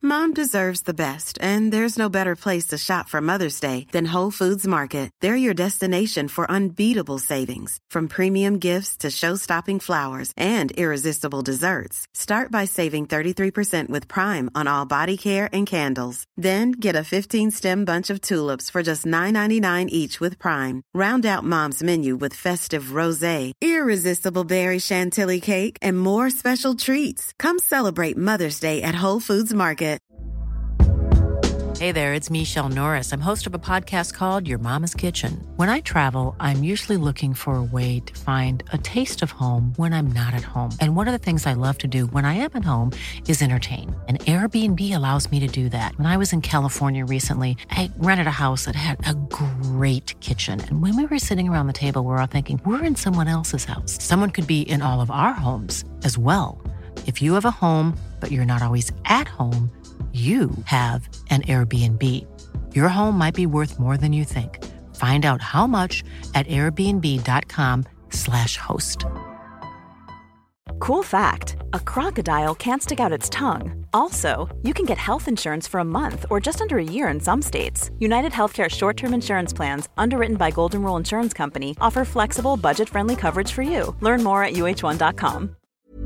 Mom deserves the best, and there's no better place to shop for Mother's Day than Whole Foods Market. They're your destination for unbeatable savings, from premium gifts to show-stopping flowers and irresistible desserts. Start by saving 33% with Prime on all body care and candles. Then get a 15-stem bunch of tulips for just $9.99 each with Prime. Round out Mom's menu with festive rosé, irresistible berry chantilly cake, and more special treats. Come celebrate Mother's Day at Whole Foods Market. Hey there, it's Michelle Norris. I'm host of a podcast called Your Mama's Kitchen. When I travel, I'm usually looking for a way to find a taste of home when I'm not at home. And one of the things I love to do when I am at home is entertain. And Airbnb allows me to do that. When I was in California recently, I rented a house that had a great kitchen. And when we were sitting around the table, we were all thinking, we're in someone else's house. Someone could be in all of our homes as well. If you have a home, but you're not always at home, you have an Airbnb. Your home might be worth more than you think. Find out how much at airbnb.com/host. Cool fact, a crocodile can't stick out its tongue. Also, you can get health insurance for a month or just under a year in some states. United Healthcare short-term insurance plans, underwritten by Golden Rule Insurance Company, offer flexible, budget-friendly coverage for you. Learn more at uh1.com.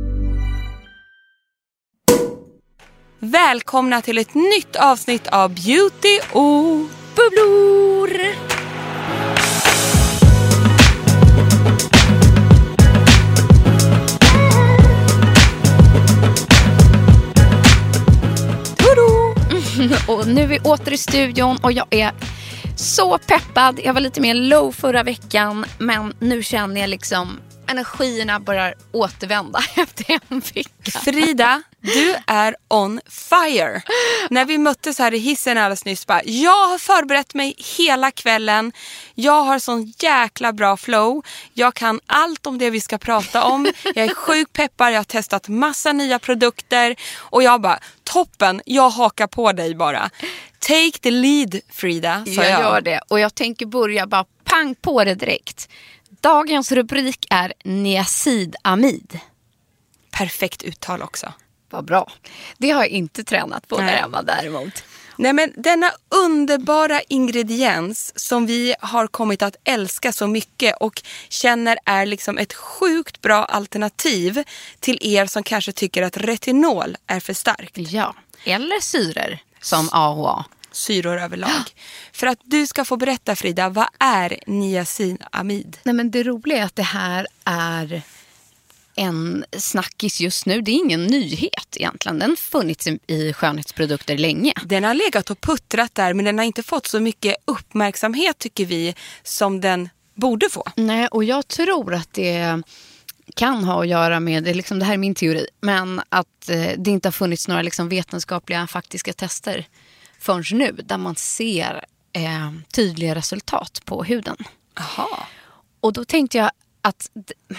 Välkomna till ett nytt avsnitt av Beauty och bubblor. Och nu är vi åter i studion och jag är så peppad. Jag var lite mer low förra veckan, men nu känner jag liksom energierna börjar återvända efter en vecka. Frida, du är on fire. När vi möttes här i hissen alldeles nyss, bara, jag har förberett mig hela kvällen. Jag har sån jäkla bra flow. Jag kan allt om det vi ska prata om. Jag är sjukt peppar, jag har testat massa nya produkter. Och jag bara, toppen, jag hakar på dig bara. Take the lead, Frida, sa jag. Jag gör det, och jag tänker börja bara pang på det direkt. Dagens rubrik är niacinamid. Perfekt uttal också. Vad bra. Det har jag inte tränat på där hemma däremot. Nej, men denna underbara ingrediens som vi har kommit att älska så mycket och känner är liksom ett sjukt bra alternativ till er som kanske tycker att retinol är för starkt. Ja, eller syror som AHA. Syror överlag. För att du ska få berätta, Frida, vad är niacinamid? Nej, men det roliga är att det här är en snackis just nu. Det är ingen nyhet egentligen. Den har funnits i skönhetsprodukter länge. Den har legat och puttrat där, men den har inte fått så mycket uppmärksamhet, tycker vi, som den borde få. Nej, och jag tror att det kan ha att göra med, det här är min teori, men att det inte har funnits några liksom vetenskapliga faktiska tester förrän nu, där man ser tydliga resultat på huden. Aha. Och då tänkte jag att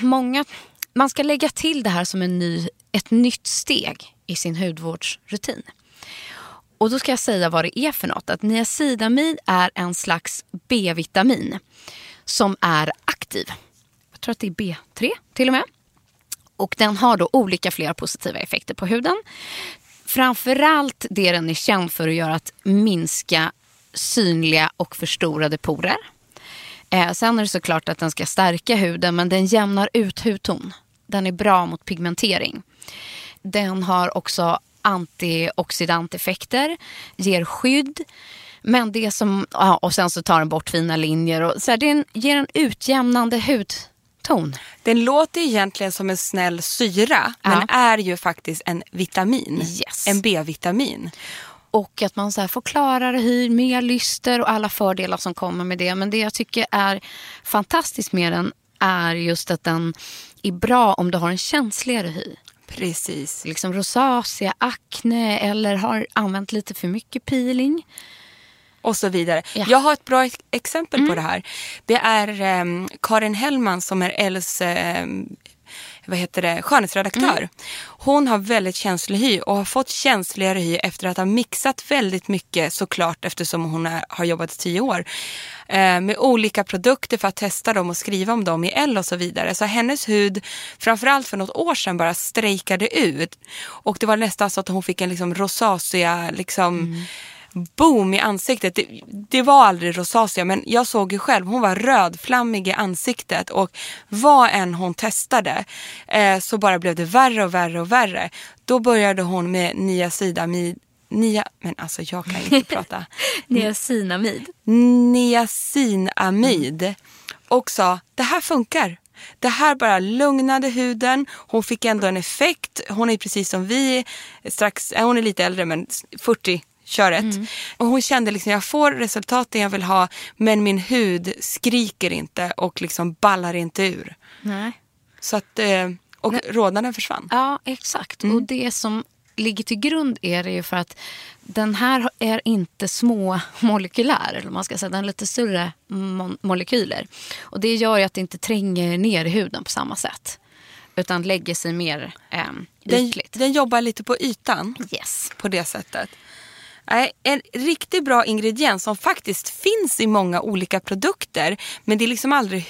man ska lägga till det här som ett nytt steg i sin hudvårdsrutin. Och då ska jag säga vad det är för något. Att niacinamid är en slags B-vitamin som är aktiv. Jag tror att det är B3 till och med. Och den har då olika flera positiva effekter på huden. Framförallt det den är känd för att göra, att minska synliga och förstorade porer. Sen är det såklart att den ska stärka huden, men den jämnar ut hudton. Den är bra mot pigmentering. Den har också antioxidanteffekter, ger skydd. Men det som, och sen så tar den bort fina linjer. Och så här, den ger en utjämnande hudton. Den låter egentligen som en snäll syra, men är ju faktiskt en vitamin. Yes. En B-vitamin. Och att man så här får klarare hy, mer lyster och alla fördelar som kommer med det. Men det jag tycker är fantastiskt med den är just att den är bra om du har en känsligare hy. Precis. Liksom rosacea, akne eller har använt lite för mycket peeling. Och så vidare. Ja. Jag har ett bra exempel på det här. Det är Karin Hellman som är Els skönhetsredaktör. Hon har väldigt känslig hy och har fått känsligare hy efter att ha mixat väldigt mycket, såklart eftersom hon har jobbat i 10 år med olika produkter för att testa dem och skriva om dem i Elle och så vidare. Så hennes hud, framförallt för något år sedan, bara strejkade ut. Och det var nästan så att hon fick en liksom rosacea boom i ansiktet. Det var aldrig rosacea, men jag såg ju själv, hon var rödflammig i ansiktet och vad än hon testade så bara blev det värre och värre och värre. Då började hon med niacinamid. Men alltså jag kan inte prata. Niacinamid. Och sa, det här funkar. Det här bara lugnade huden. Hon fick ändå en effekt. Hon är precis som vi. Hon är lite äldre, men 40. Köret. Och hon kände liksom, jag får resultaten jag vill ha, men min hud skriker inte och liksom ballar inte ur. Nej. Så att, och rodnaden försvann. Ja, exakt. Och det som ligger till grund är det ju för att den här är inte små molekylär, eller man ska säga, den är lite större molekyler. Och det gör ju att det inte tränger ner i huden på samma sätt, utan lägger sig mer ytligt. Den jobbar lite på ytan. Yes. På det sättet. En riktigt bra ingrediens som faktiskt finns i många olika produkter, men det är liksom aldrig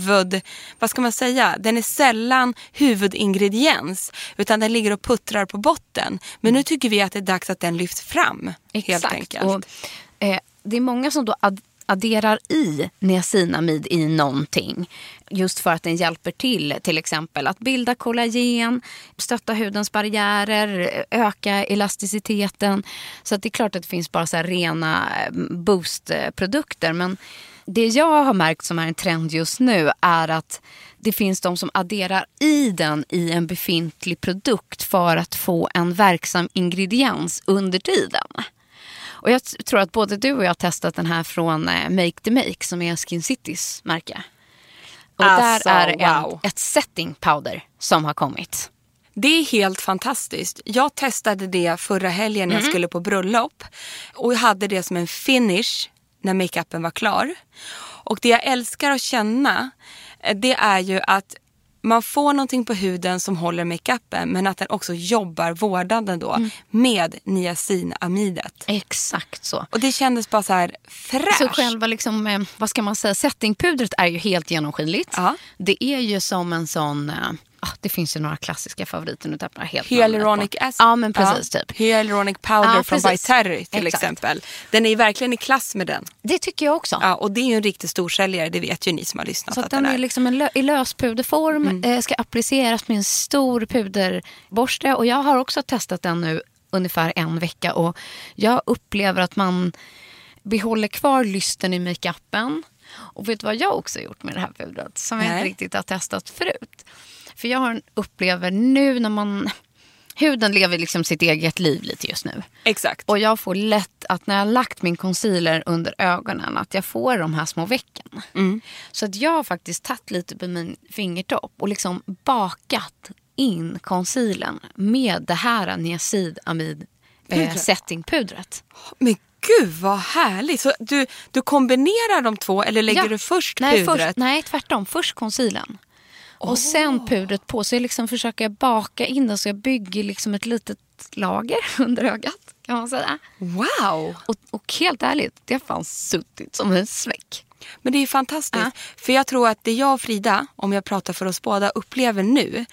vad ska man säga, den är sällan huvudingrediens, utan den ligger och puttrar på botten. Men nu tycker vi att det är dags att den lyfts fram. Exakt. Helt enkelt. Och, det är många som då adderar i niacinamid i någonting, just för att den hjälper till exempel att bilda kollagen, stötta hudens barriärer, öka elasticiteten. Så att det är klart att det finns bara så här rena boostprodukter, men det jag har märkt som är en trend just nu är att det finns de som adderar i den i en befintlig produkt för att få en verksam ingrediens under tiden. Och jag tror att både du och jag har testat den här från Make the Make, som är Skin Citys märke. Och alltså, där är ett setting powder som har kommit. Det är helt fantastiskt. Jag testade det förra helgen när jag skulle på bröllop. Och jag hade det som en finish när makeupen var klar. Och det jag älskar att känna, det är ju att man får någonting på huden som håller makeupen, men att den också jobbar vårdande då med niacinamidet. Exakt så. Och det kändes bara så här fräscht. Så själva liksom, vad ska man säga, settingpudret är ju helt genomskinligt. Ja. Det är ju som en sån, det finns ju några klassiska favoriter nu, tappar helt Hyaluronic acid. Ja, men precis typ. Hyaluronic powder från Viterra till exempel. Den är ju verkligen i klass med den. Det tycker jag också. Ja, och det är ju en riktigt stor säljare, det vet ju ni som har lyssnat. Så att den är liksom i lös puderform, ska appliceras med en stor puderborste. Och jag har också testat den nu ungefär 1 vecka, och jag upplever att man behåller kvar lysten i makeupen. Och vet du vad jag också har gjort med det här pudret som jag inte riktigt har testat förut? För jag upplever nu när huden lever liksom sitt eget liv lite just nu. Exakt. Och jag får lätt att när jag har lagt min concealer under ögonen, att jag får de här små vecken. Så att jag har faktiskt tagit lite på min fingertopp och liksom bakat in concealern med det här niacinamid settingpudret. Men gud vad härligt. Så du kombinerar de två, eller lägger du först pudret? Nej, tvärtom. Först concealern. Och sen pudret på, så jag liksom försöker baka in det, så jag bygger liksom ett litet lager under ögat, kan man säga. Wow! Och helt ärligt, det fanns suttit som en sväck. Men det är fantastiskt. För jag tror att det jag och Frida, om jag pratar för oss båda, upplever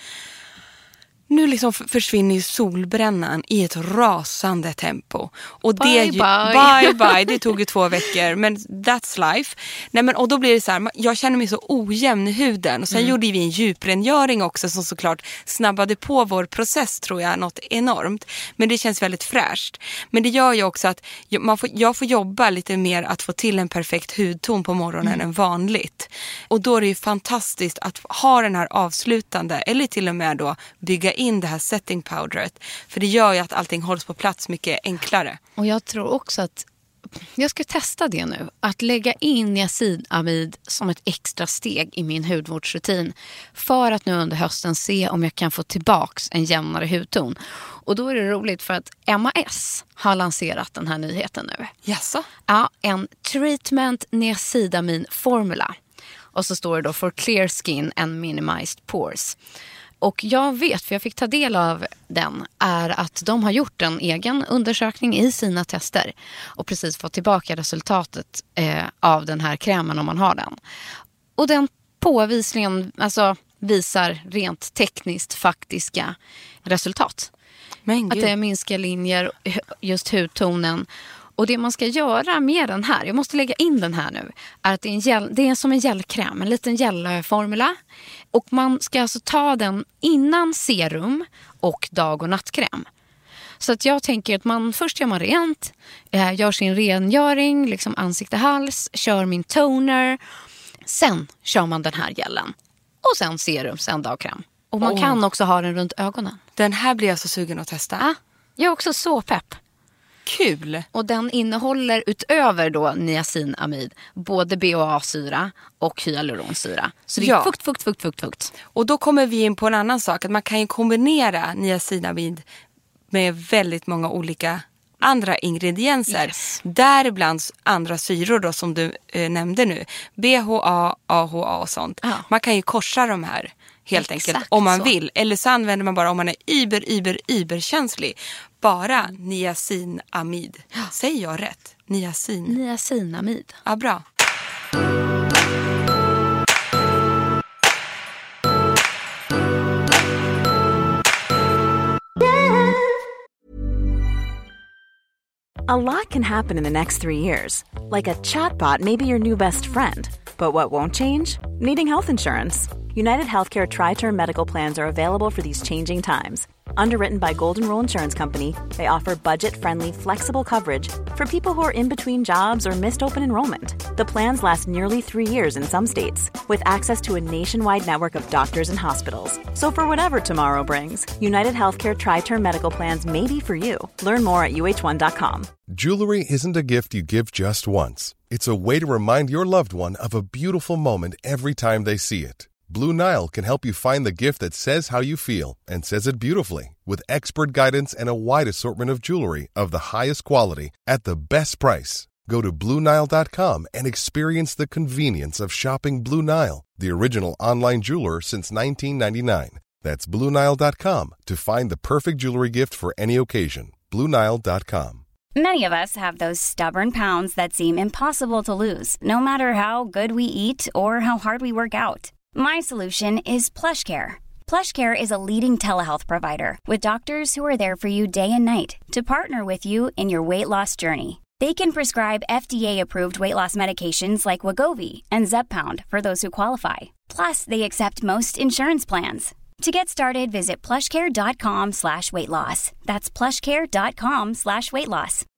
nu liksom försvinner ju solbrännan i ett rasande tempo. Och bye. Det tog ju 2 veckor, men that's life. Nej, men, och då blir det så här, jag känner mig så ojämn i huden. Och sen gjorde vi en djuprengöring också, som såklart snabbade på vår process, tror jag, något enormt. Men det känns väldigt fräscht. Men det gör ju också att jag får jobba lite mer att få till en perfekt hudton på morgonen än vanligt. Och då är det ju fantastiskt att ha den här avslutande, eller till och med då bygga in det här setting powderet. För det gör ju att allting hålls på plats mycket enklare. Och jag tror också att jag ska testa det nu. Att lägga in niacinamid som ett extra steg i min hudvårdsrutin. För att nu under hösten se om jag kan få tillbaks en jämnare hudton. Och då är det roligt för att MAS har lanserat den här nyheten nu. Jaså? Ja, en treatment niacinamid formula. Och så står det då for clear skin and minimized pores. Och jag vet, för jag fick ta del av den, är att de har gjort en egen undersökning i sina tester och precis fått tillbaka resultatet av den här krämen om man har den. Och den påvisningen visar rent tekniskt faktiska resultat. Att det minskar linjer, just hudtonen. Och det man ska göra med den här, jag måste lägga in den här nu, är att det är som en gelkräm, en liten gelformula. Och man ska alltså ta den innan serum och dag- och nattkräm. Så att jag tänker att först gör man rent, gör sin rengöring, liksom ansikte, hals, kör min toner. Sen kör man den här gelen. Och sen serum, sen dagkräm. Och man kan också ha den runt ögonen. Den här blir jag så sugen att testa. Ja, jag är också så pepp. Kul! Och den innehåller utöver då niacinamid både BHA-syra och hyaluronsyra. Så det är fukt. Och då kommer vi in på en annan sak. Att man kan ju kombinera niacinamid med väldigt många olika andra ingredienser. Yes. Däribland andra syror då, som du nämnde nu. BHA, AHA och sånt. Ja. Man kan ju korsa de här helt enkelt om man vill. Eller så använder man bara, om man är iberkänslig, bara niacinamid. Säger jag rätt? Niacinamid. Ja, bra. A lot can happen in the next 3 years. Like a chatbot may be your new best friend. But what won't change? Needing health insurance. United Healthcare Tri-Term Medical Plans are available for these changing times. Underwritten by Golden Rule Insurance Company, they offer budget-friendly, flexible coverage for people who are in between jobs or missed open enrollment. The plans last nearly 3 years in some states, with access to a nationwide network of doctors and hospitals. So for whatever tomorrow brings, United Healthcare Tri-Term Medical Plans may be for you. Learn more at uh1.com. Jewelry isn't a gift you give just once. It's a way to remind your loved one of a beautiful moment every time they see it. Blue Nile can help you find the gift that says how you feel and says it beautifully, with expert guidance and a wide assortment of jewelry of the highest quality at the best price. Go to BlueNile.com and experience the convenience of shopping Blue Nile, the original online jeweler since 1999. That's BlueNile.com to find the perfect jewelry gift for any occasion. BlueNile.com. Many of us have those stubborn pounds that seem impossible to lose, no matter how good we eat or how hard we work out. My solution is PlushCare. PlushCare is a leading telehealth provider with doctors who are there for you day and night to partner with you in your weight loss journey. They can prescribe FDA-approved weight loss medications like Wegovy and Zepbound for those who qualify. Plus, they accept most insurance plans. To get started, visit plushcare.com/weightloss. That's plushcare.com/weightloss.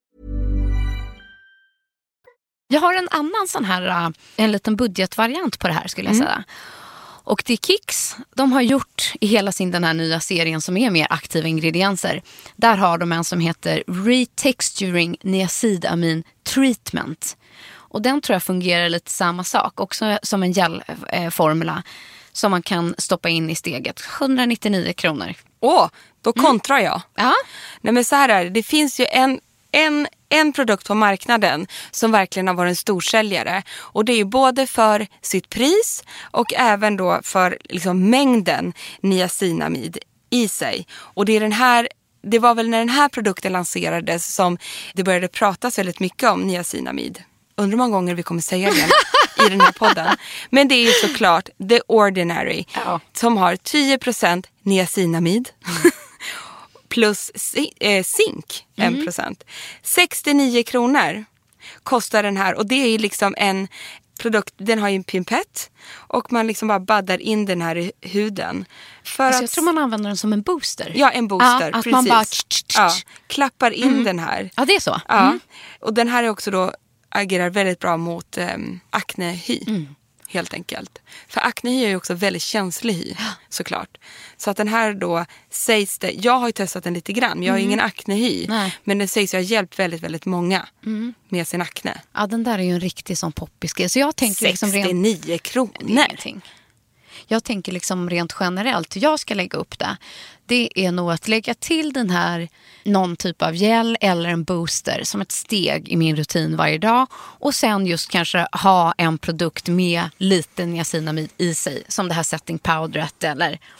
Jag har en annan sån här, en liten budgetvariant på det här skulle jag säga. Och det är Kicks. De har gjort i hela den här nya serien som är mer aktiva ingredienser. Där har de en som heter Retexturing Niacinamide Treatment. Och den tror jag fungerar lite samma sak. Också som en gelformula som man kan stoppa in i steget. 199 kronor. Då kontrar jag. Ja. Nej, men så här är det. Det finns ju en produkt på marknaden som verkligen har varit en storsäljare. Och det är ju både för sitt pris och även då för liksom mängden niacinamid i sig. Och det är den här, det var väl när den här produkten lanserades som det började pratas väldigt mycket om niacinamid. Undrar hur många gånger vi kommer säga det i den här podden. Men det är ju såklart The Ordinary som har 10% niacinamid. Plus zink, 1%. 69 kronor kostar den här. Och det är ju liksom en produkt, den har ju en pimpett. Och man liksom bara baddar in den här i huden. Jag tror man använder den som en booster. Ja, en booster, att precis. Man bara klappar in den här. Ja, det är så. Ja. Och den här är också då, agerar väldigt bra mot aknehy. Helt enkelt. För aknehy är ju också väldigt känslig hy, såklart. Så att den här då sägs det, jag har ju testat den lite grann, men jag har ingen aknehy. Men den sägs ju ha hjälpt väldigt, väldigt många med sin akne. Ja, den där är ju en riktig sån poppis. Så jag tänker 69 kronor. Jag tänker liksom rent generellt, hur jag ska lägga upp det. Det är nog att lägga till den här någon typ av gel eller en booster som ett steg i min rutin varje dag. Och sen just kanske ha en produkt med lite niacinamid i sig. Som det här setting powderet eller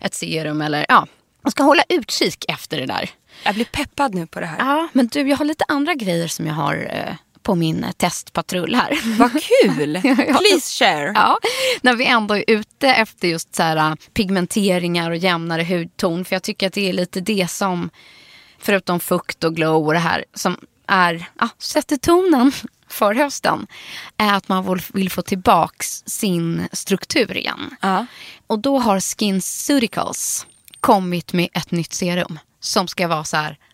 ett serum eller ja, man ska hålla utkik efter det där. Jag blir peppad nu på det här. Ja, men du, jag har lite andra grejer som jag har på min testpatrull här. Vad kul! Please share. Ja, när vi ändå är ute efter just så här, pigmenteringar och jämnare hudton. För jag tycker att det är lite det som, förutom fukt och glow och det här, som är, sätter tonen för hösten, är att man vill få tillbaks sin struktur igen. Och då har SkinCeuticals kommit med ett nytt serum som ska vara så här.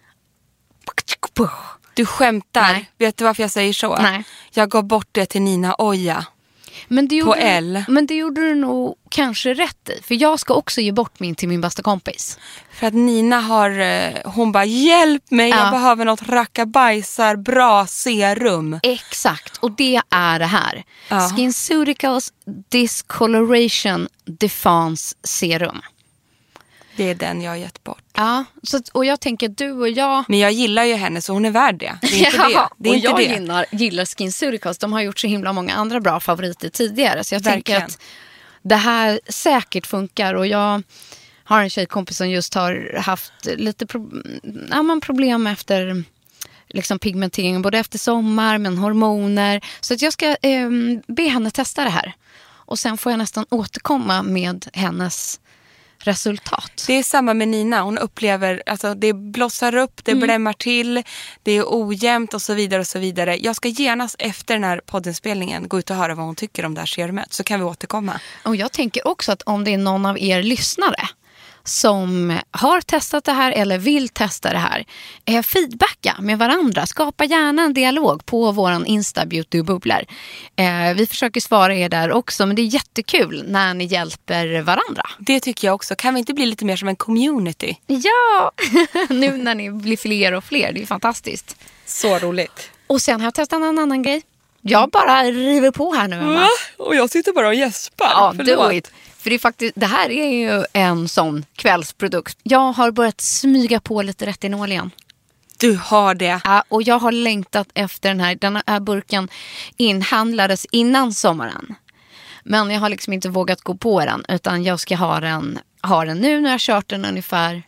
Du skämtar. Nej. Vet du varför jag säger så? Nej. Jag gav bort det till Nina Oja. På L. Men det gjorde du nog kanske rätt i. För jag ska också ge bort min till min bästa kompis. För att Nina hon bara, hjälp mig, jag behöver något rackabajsar bra serum. Exakt, och det är det här. SkinCeuticals Discoloration Defense Serum. Det är den jag har gett bort. Ja, och jag tänker du och jag... Men jag gillar ju henne så hon är värd det. Det är inte det. Det är och inte jag gillar SkinCeuticals. De har gjort så himla många andra bra favoriter tidigare. Så jag tänker att det här säkert funkar. Och jag har en tjejkompis som just har haft lite problem efter liksom pigmentering. Både efter sommar, men hormoner. Så att jag ska be henne testa det här. Och sen får jag nästan återkomma med hennes resultat. Det är samma med Nina. Hon upplever, alltså det blossar upp, det blämmar till, det är ojämnt och så vidare och så vidare. Jag ska genast efter den här poddinspelningen gå ut och höra vad hon tycker om det här serumet, så kan vi återkomma. Och jag tänker också att om det är någon av er lyssnare som har testat det här eller vill testa det här, feedbacka med varandra. Skapa gärna en dialog på våran Insta Beauty Bubblor. Vi försöker svara er där också, men det är jättekul när ni hjälper varandra. Det tycker jag också. Kan vi inte bli lite mer som en community? Ja, nu när ni blir fler och fler. Det är fantastiskt. Så roligt. Och sen har jag testat en annan grej. Jag bara river på här nu. Va? Och jag sitter bara och gäspar. Ja, do it. För det här är ju en sån kvällsprodukt. Jag har börjat smyga på lite retinol igen. Du har det. Ja, och jag har längtat efter den här. Den här burken inhandlades innan sommaren. Men jag har liksom inte vågat gå på den. Utan jag ska ha den nu när jag har kört den ungefär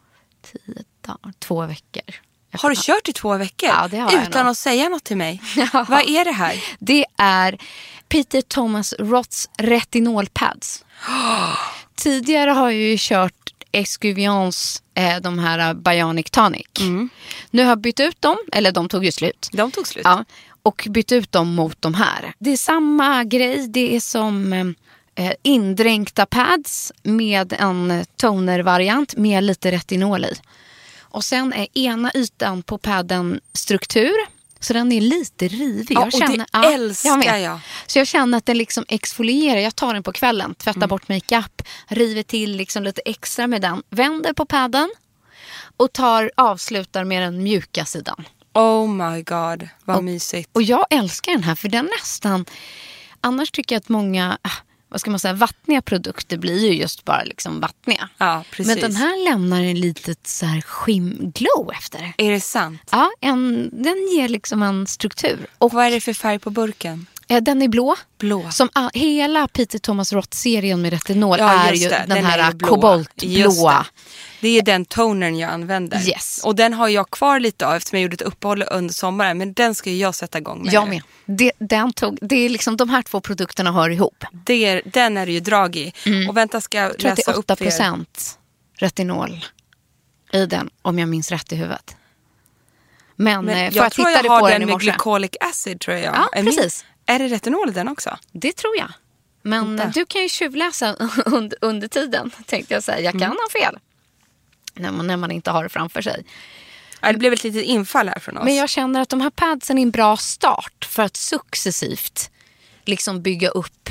2 veckor. Har du kört i 2 veckor? Ja, det har jag. Utan att säga något till mig. Ja. Vad är det här? Det är Peter Thomas Roths retinolpads. Tidigare har jag ju kört Escuvians, de här Bionic Tonic. Nu har jag bytt ut dem, eller de tog ju slut. De tog slut. Ja, och bytt ut dem mot de här. Det är samma grej, det är som indränkta pads med en toner-variant med lite retinol i. Och sen är ena ytan på padden struktur. Så den är lite rivig. Ja, och det älskar jag. Så jag känner att den liksom exfolierar. Jag tar den på kvällen, tvättar bort makeup, river till liksom lite extra med den. Vänder på padden och avslutar med den mjuka sidan. Oh my god, vad mysigt. Och jag älskar den här för den nästan... Annars tycker jag att många... Vad ska man säga, vattniga produkter blir ju just bara liksom vattniga. Ja, precis. Men den här lämnar en litet så här glow efter. Är det sant? Ja, den ger liksom en struktur. Och vad är det för färg på burken? Den är blå. Blå. Som hela Peter Thomas Roth-serien med retinol är ju den här koboltblåa. Det är den tonern jag använder. Yes. Och den har jag kvar lite av eftersom jag gjorde ett uppehåll under sommaren. Men den ska jag sätta igång med. Jag med. Det är liksom de här 2 produkterna hör ihop. Den är det ju drag i. Och vänta, ska jag läsa upp för er. 8% retinol i den, om jag minns rätt i huvudet. Men jag tror jag har den med glycolic acid, tror jag. Ja, precis. Är det retinol i den också? Det tror jag. Men du kan ju tjuvläsa under tiden, tänkte jag säga. Jag kan ha fel. När man inte har det framför sig. Ja, det blev ett litet infall här från oss. Men jag känner att de här padsen är en bra start för att successivt liksom bygga upp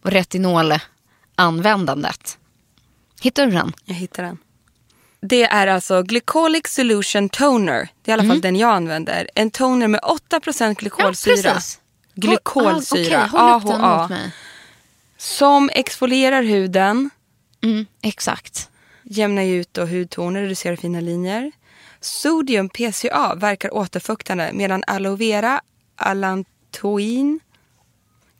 retinolanvändandet. Hittar du den? Jag hittar den. Det är alltså Glycolic Solution Toner. Det är i alla fall den jag använder. En toner med 8% glykolsyra. Ja, precis. Glykolsyra. Okej, håll upp den mot mig. Som exfolierar huden. Exakt. Jämnar ut och hudtoner, reducerar fina linjer. Sodium PCA verkar återfuktande medan aloe vera, allantoin,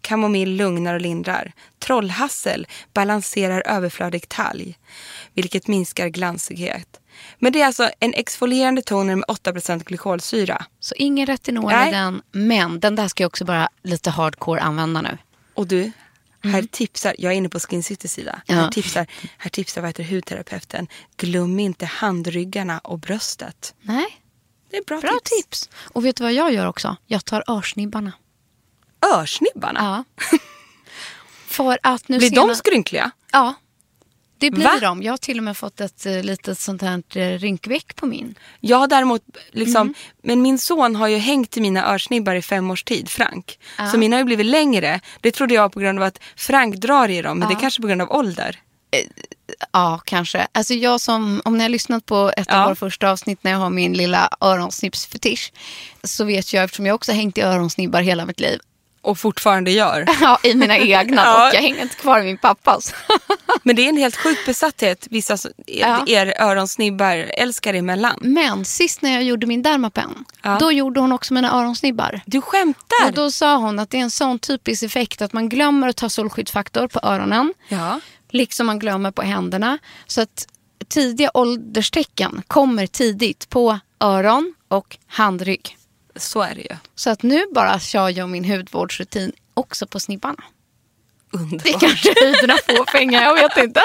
kamomill lugnar och lindrar. Trollhassel balanserar överflödig talg, vilket minskar glansighet. Men det är alltså en exfolierande toner med 8% glykolsyra. Så ingen retinol i den, men den där ska jag också bara lite hardcore använda nu. Och du, här tipsar, jag är inne på Skin City sida. Ja. Här tipsar vad heter hudterapeuten. Glöm inte handryggarna och bröstet. Nej, Det är bra tips. Och vet du vad jag gör också? Jag tar örsnibbarna. Örsnibbarna? Ja. För att nu blir de skrynkliga? Ja, det blir Va? de. Jag har till och med fått ett litet sånt här rynkveck på min. Jag har däremot liksom, men min son har ju hängt i mina örsnibbar i 5 års tid, Frank. Så mina har ju blivit längre. Det trodde jag på grund av att Frank drar i dem, men det är kanske på grund av ålder. Ja, kanske. Alltså jag om ni har lyssnat på ett av våra första avsnitt när jag har min lilla öronsnippsfetisch, så vet jag, eftersom jag också har hängt i öronsnibbar hela mitt liv. Och fortfarande gör. Ja, i mina egna. Och jag hänger inte kvar i min pappas. Men det är en helt sjuk besatthet. Vissa er öronsnibbar älskar emellan. Men sist när jag gjorde min dermapen, då gjorde hon också mina öronsnibbar. Du skämtar? Och då sa hon att det är en sån typisk effekt att man glömmer att ta solskyddsfaktor på öronen. Ja. Liksom man glömmer på händerna. Så att tidiga ålderstecken kommer tidigt på öron och handrygg. Så är det ju. Så att nu bara kör jag min hudvårdsrutin också på snibbarna. Underbart. Det är kanske höjderna fåfänga, jag vet inte.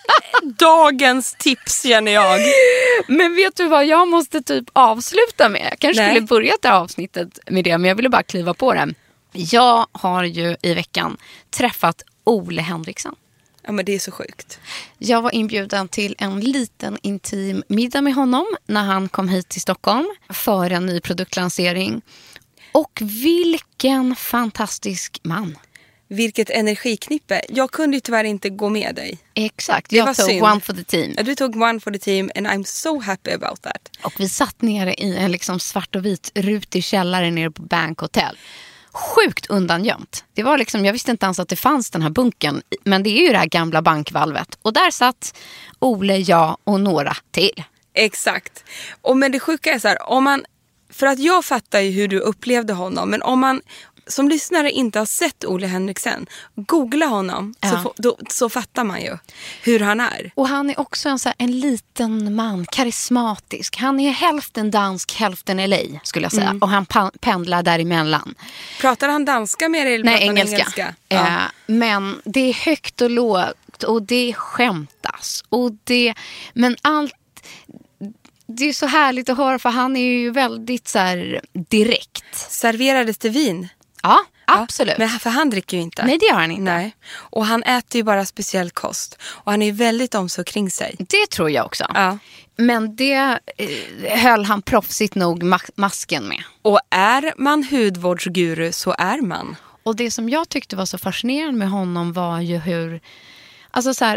Dagens tips känner jag. Men vet du vad jag måste typ avsluta med? Jag kanske skulle börja det här avsnittet med det, men jag ville bara kliva på det. Jag har ju i veckan träffat Ole Henriksson. Ja, men det är så sjukt. Jag var inbjuden till en liten intim middag med honom när han kom hit till Stockholm för en ny produktlansering. Och vilken fantastisk man. Vilket energiknippe. Jag kunde ju tyvärr inte gå med dig. Exakt, jag tog synd. one for the team. Du tog one for the team and I'm so happy about that. Och vi satt nere i en liksom svart och vit rutig källare nere på Bank Hotel. Sjukt undangömt. Det var liksom, jag visste inte ens att det fanns den här bunken, men det är ju det här gamla bankvalvet. Och där satt Ole, jag och några till. Exakt. Och men det sjuka är så här, för att jag fattar ju hur du upplevde honom, men om man som lyssnare inte har sett Ole Henriksen, googla honom så fattar man ju hur han är. Och han är också en liten man, karismatisk. Han är hälften dansk, hälften LA skulle jag säga. Och han pendlar däremellan. Pratar han danska med dig eller pratar han engelska? Ja. Men det är högt och lågt och det skämtas. Men allt... Det är så härligt att höra, för han är ju väldigt så här direkt. Serverades det vin? Ja, absolut. Men för han dricker ju inte. Nej, det gör han inte. Nej. Och han äter ju bara speciell kost. Och han är ju väldigt omsorg kring sig. Det tror jag också. Ja. Men det höll han proffsigt nog masken med. Och är man hudvårdsguru så är man. Och det som jag tyckte var så fascinerande med honom var ju hur... Alltså så här...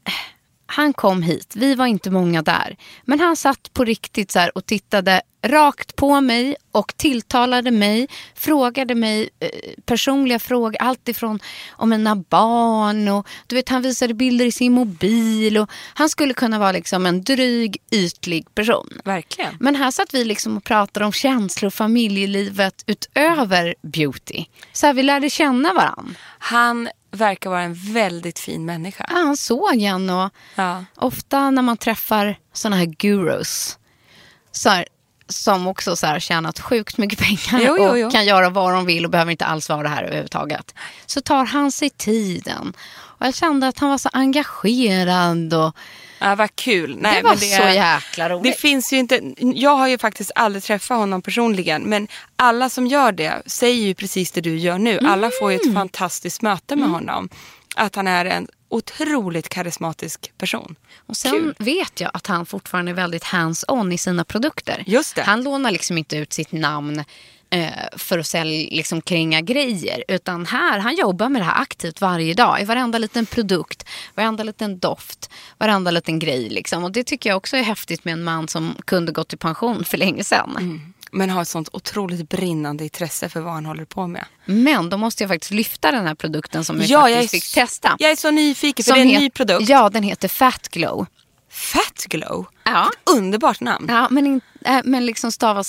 Han kom hit, vi var inte många där. Men han satt på riktigt så här och tittade rakt på mig och tilltalade mig. Frågade mig personliga frågor, allt ifrån om mina barn. Och du vet, han visade bilder i sin mobil. Och han skulle kunna vara liksom en dryg, ytlig person. Verkligen. Men här satt vi liksom och pratade om känslor, familjelivet utöver beauty. Så här, vi lärde känna varann. Han verkar vara en väldigt fin människa. Ja, han såg en och ofta när man träffar såna här gurus så här, som också så här tjänat sjukt mycket pengar och kan göra vad de vill och behöver inte alls vara det här överhuvudtaget, så tar han sig tiden. Och jag kände att han var så engagerad och ja, vad kul. Nej, det var så jäkla roligt. Det finns ju inte, jag har ju faktiskt aldrig träffat honom personligen, men alla som gör det säger ju precis det du gör nu. Alla får ju ett fantastiskt möte med honom. Att han är en otroligt karismatisk person. Och sen vet jag att han fortfarande är väldigt hands-on i sina produkter. Just det. Han lånar liksom inte ut sitt namn för att sälja liksom kränga grejer, utan han jobbar med det här aktivt varje dag i varenda liten produkt, varenda liten doft, varenda liten grej liksom. Och det tycker jag också är häftigt med en man som kunde gått i pension för länge sedan. Men har ett sånt otroligt brinnande intresse för vad han håller på med. Men då måste jag faktiskt lyfta den här produkten som jag fick testa. Jag är så nyfiken, för det är en ny produkt. Ja, den heter Fat Glow. Fat Glow? Ja. Ett underbart namn. Ja, men liksom stavas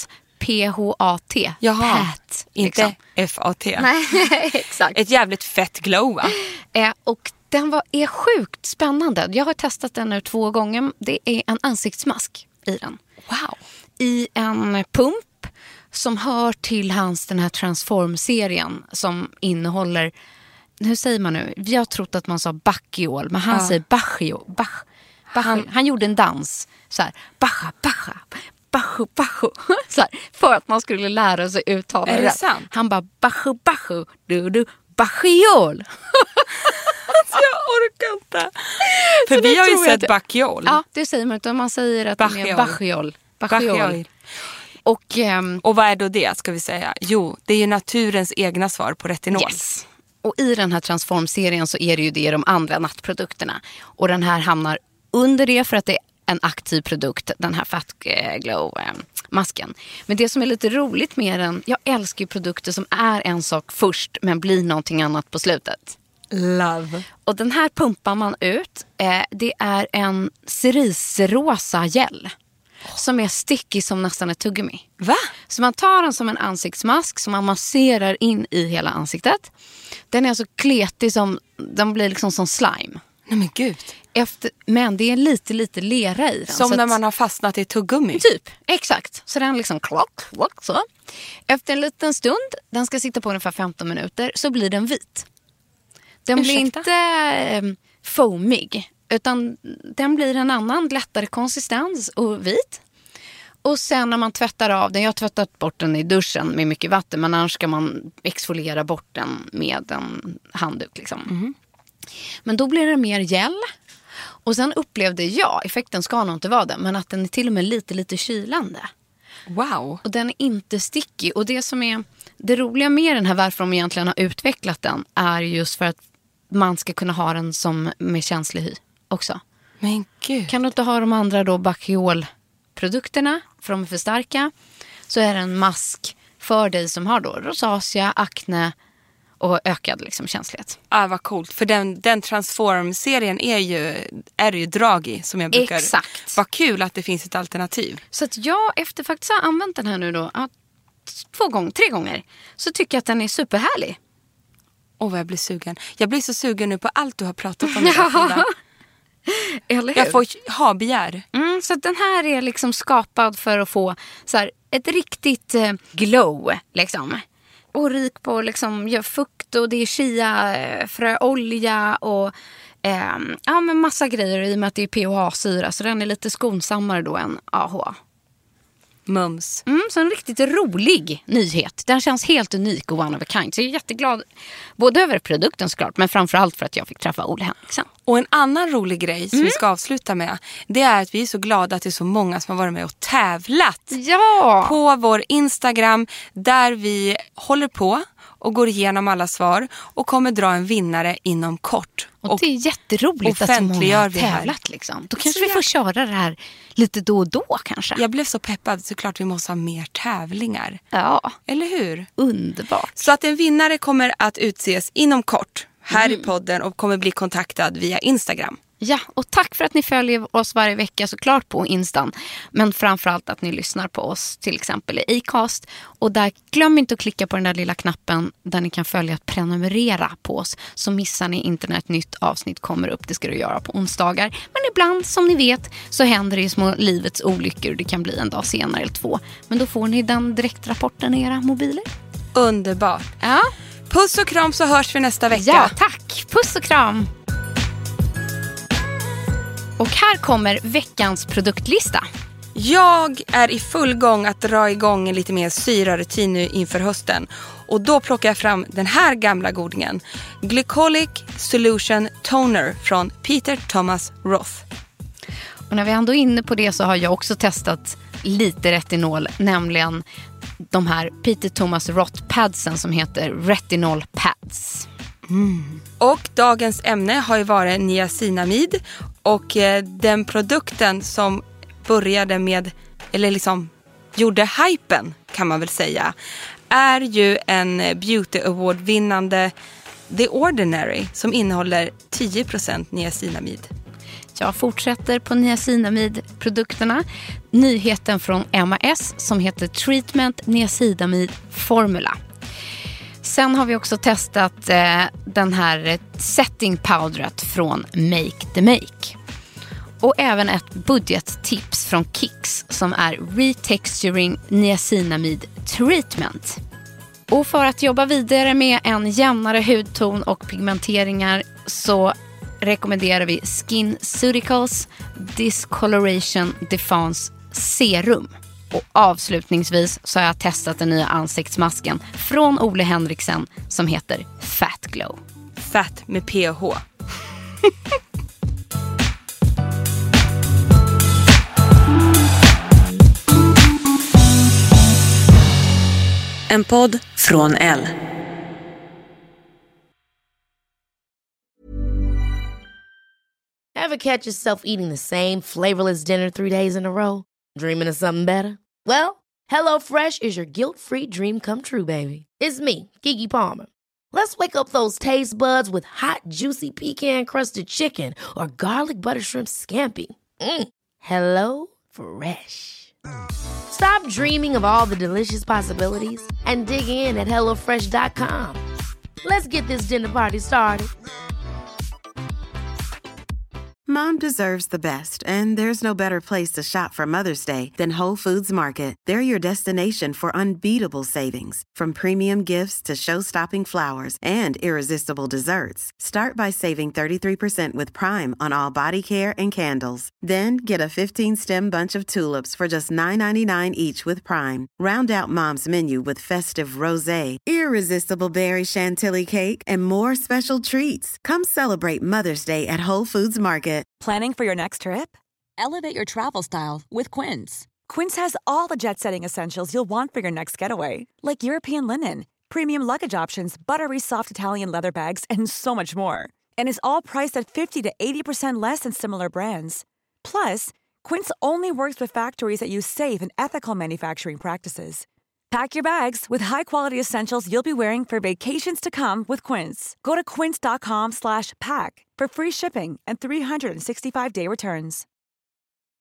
P-H-A-T. Jaha, Pat, inte liksom. F-A-T. Nej, exakt. Ett jävligt fett glow, va? Och den är sjukt spännande. Jag har testat den nu 2 gånger. Det är en ansiktsmask i den. Wow. I en pump som hör till den här Transform-serien som innehåller, hur säger man nu? Vi har trott att man sa Bacchiol, men han säger Bacchio. Han gjorde en dans så här, Bacha, så här, för att man skulle lära sig uttala det. Är det sant? Han bara Bachu, du Bacchiol. Jag orkar inte. För vi har ju sett Bacchiol. Ja, det säger man inte. Man säger att det är Bacchiol. Och vad är då det, ska vi säga? Jo, det är ju naturens egna svar på retinol. Yes. Och i den här Transform-serien så är det ju det de andra nattprodukterna. Och den här hamnar under det för att det är en aktiv produkt, den här Fat Glow-masken. Men det som är lite roligt med den, jag älskar ju produkter som är en sak först men blir någonting annat på slutet. Love. Och den här pumpar man ut. Det är en cerisrosa gel som är sticky som nästan ett tuggummi. Va? Så man tar den som en ansiktsmask som man masserar in i hela ansiktet. Den är så kletig som den blir liksom som slime. Nej men gud. Men det är lite lera i den. Som så när man har fastnat i tuggummi. Typ, exakt. Så den liksom klock, så. Efter en liten stund, den ska sitta på ungefär 15 minuter, så blir den vit. Den blir inte foamig, utan den blir en annan lättare konsistens och vit. Och sen när man tvättar av den, jag har tvättat bort den i duschen med mycket vatten, men annars ska man exfoliera bort den med en handduk liksom. Mm. Men då blir det mer gel. Och sen upplevde jag, effekten ska nog inte vara det, men att den är till och med lite kylande. Wow. Och den är inte sticky. Och det som är det roliga med den här, varför de egentligen har utvecklat den, är just för att man ska kunna ha den som med känslig hy också. Men gud. Kan du inte ha de andra då Bacchiol-produkterna, för de är för starka, så är det en mask för dig som har då rosacea, akne och ökad liksom känslighet. Vad coolt. För den Transform-serien är ju drag i, som jag brukar. Exakt. Vad kul att det finns ett alternativ. Så att jag efter faktiskt har använt den här nu då 3 gånger, så tycker jag att den är superhärlig. Vad jag blir sugen. Jag blir så sugen nu på allt du har pratat om. Eller hur? Jag får ha begär. Så att den här är liksom skapad för att få så här, ett riktigt glow liksom. Och rik på liksom fukt, och det är chiafröolja och men massa grejer i och med att det är PHA-syra, så den är lite skonsammare då än AHA. Mums. Så en riktigt rolig nyhet. Den känns helt unik och one of a kind. Så jag är jätteglad både över produkten såklart, men framförallt för att jag fick träffa Ole Henriksen. Och en annan rolig grej som vi ska avsluta med, det är att vi är så glada att det är så många som har varit med och tävlat. Ja! På vår Instagram, där vi håller på och går igenom alla svar och kommer dra en vinnare inom kort. Och det är jätteroligt att så många har tävlat liksom. Då kanske vi får köra det här lite då och då kanske. Jag blev så peppad, såklart vi måste ha mer tävlingar. Ja. Eller hur? Underbart. Så att en vinnare kommer att utses inom kort här i podden och kommer bli kontaktad via Instagram. Ja, och tack för att ni följer oss varje vecka såklart på Instan. Men framförallt att ni lyssnar på oss till exempel i Acast. Och där glöm inte att klicka på den där lilla knappen där ni kan följa att prenumerera på oss. Så missar ni inte när ett nytt avsnitt kommer upp. Det ska du göra på onsdagar. Men ibland, som ni vet, så händer det ju små livets olyckor. Det kan bli en dag senare eller 2. Men då får ni den direktrapporten i era mobiler. Underbart. Ja. Puss och kram, så hörs vi nästa vecka. Ja, tack. Puss och kram. Och här kommer veckans produktlista. Jag är i full gång att dra igång en lite mer syrarutin nu inför hösten. Och då plockar jag fram den här gamla godingen. Glycolic Solution Toner från Peter Thomas Roth. Och när vi ändå är inne på det så har jag också testat lite retinol. Nämligen de här Peter Thomas Roth padsen som heter Retinol Pads. Och dagens ämne har ju varit niacinamid. Och den produkten som började med, eller liksom gjorde hypen kan man väl säga, är ju en Beauty Award-vinnande The Ordinary som innehåller 10% niacinamid. Jag fortsätter på niacinamid-produkterna. Nyheten från MAS som heter Treatment Niacinamid Formula. Sen har vi också testat den här setting powderet från Make the Make. Och även ett budgettips från Kicks som är Retexturing Niacinamid Treatment. Och för att jobba vidare med en jämnare hudton och pigmenteringar så rekommenderar vi SkinCeuticals Discoloration Defense Serum. Och avslutningsvis så har jag testat den nya ansiktsmasken från Ole Henriksen som heter Fat Glow. Fat med PH. En podd från Elle. Ever catch yourself eating the same flavorless dinner 3 days in a row? Dreaming of something better? Well, HelloFresh is your guilt-free dream come true, baby. It's me, Keke Palmer. Let's wake up those taste buds with hot, juicy pecan-crusted chicken or garlic butter shrimp scampi. Hello Fresh. Stop dreaming of all the delicious possibilities and dig in at HelloFresh.com. Let's get this dinner party started. Mom deserves the best, and there's no better place to shop for Mother's Day than Whole Foods Market. They're your destination for unbeatable savings, from premium gifts to show-stopping flowers and irresistible desserts. Start by saving 33% with Prime on all body care and candles. Then get a 15-stem bunch of tulips for just $9.99 each with Prime. Round out Mom's menu with festive rosé, irresistible berry chantilly cake, and more special treats. Come celebrate Mother's Day at Whole Foods Market. Planning for your next trip? Elevate your travel style with Quince. Quince has all the jet-setting essentials you'll want for your next getaway, like European linen, premium luggage options, buttery soft Italian leather bags, and so much more. And is all priced at 50 to 80% less than similar brands. Plus, Quince only works with factories that use safe and ethical manufacturing practices. Pack your bags with high-quality essentials you'll be wearing for vacations to come with Quince. Go to quince.com/pack for free shipping and 365-day returns.